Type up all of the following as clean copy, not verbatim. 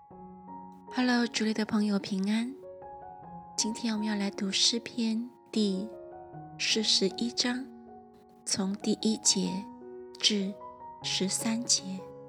Hello，主内的朋友平安。今天我们要来读诗篇第41章，从第1节至13节。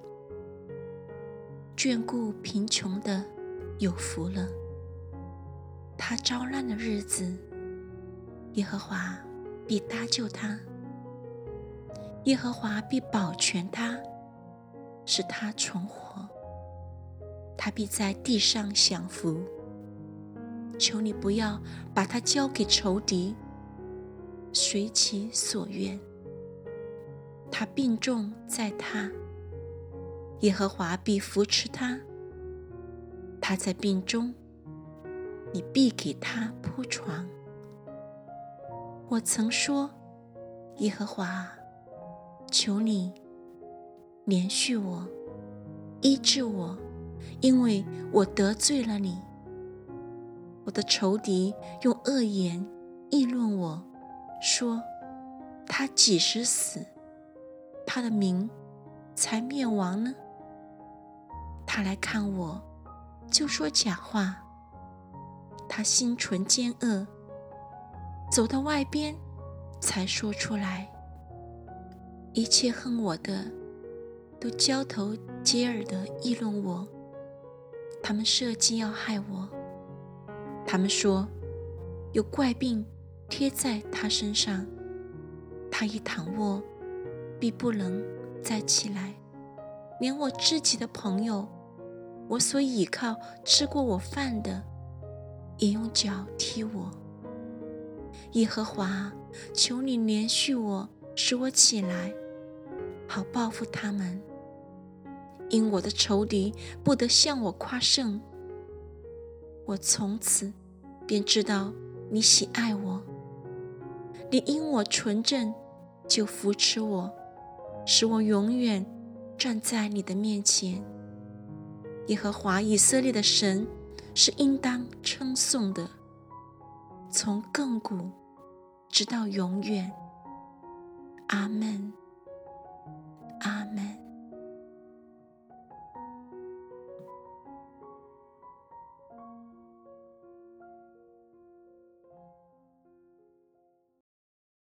眷顾贫穷的有福了，他遭难的日子，耶和华必搭救他，耶和华必保全他，使他存活。他必在地上享福，求你不要把他交给仇敌，随其所愿。他病重在榻，耶和华必扶持他。他在病中，你必给他铺床。我曾说，耶和华，求你怜恤我，医治我，因为我得罪了你。我的仇敌用恶言议论我，说他几时死，他的名才灭亡呢？他来看我，就说假话。他心存奸恶，走到外边才说出来。一切恨我的都交头接耳地议论我，他们设计要害我。他们说，有怪病贴在他身上，他一躺卧，必不能再起来。连我知己的朋友，我所倚靠吃过我饭的，也用脚踢我。耶和华，求你怜恤我，使我起来，好报复他们。因我的仇敌不得向我夸胜，我从此便知道你喜爱我。你因我纯正，就扶持我，使我永远站在你的面前。耶和华以色列的神是应当称颂的，从亘古直到永远。阿们，阿们。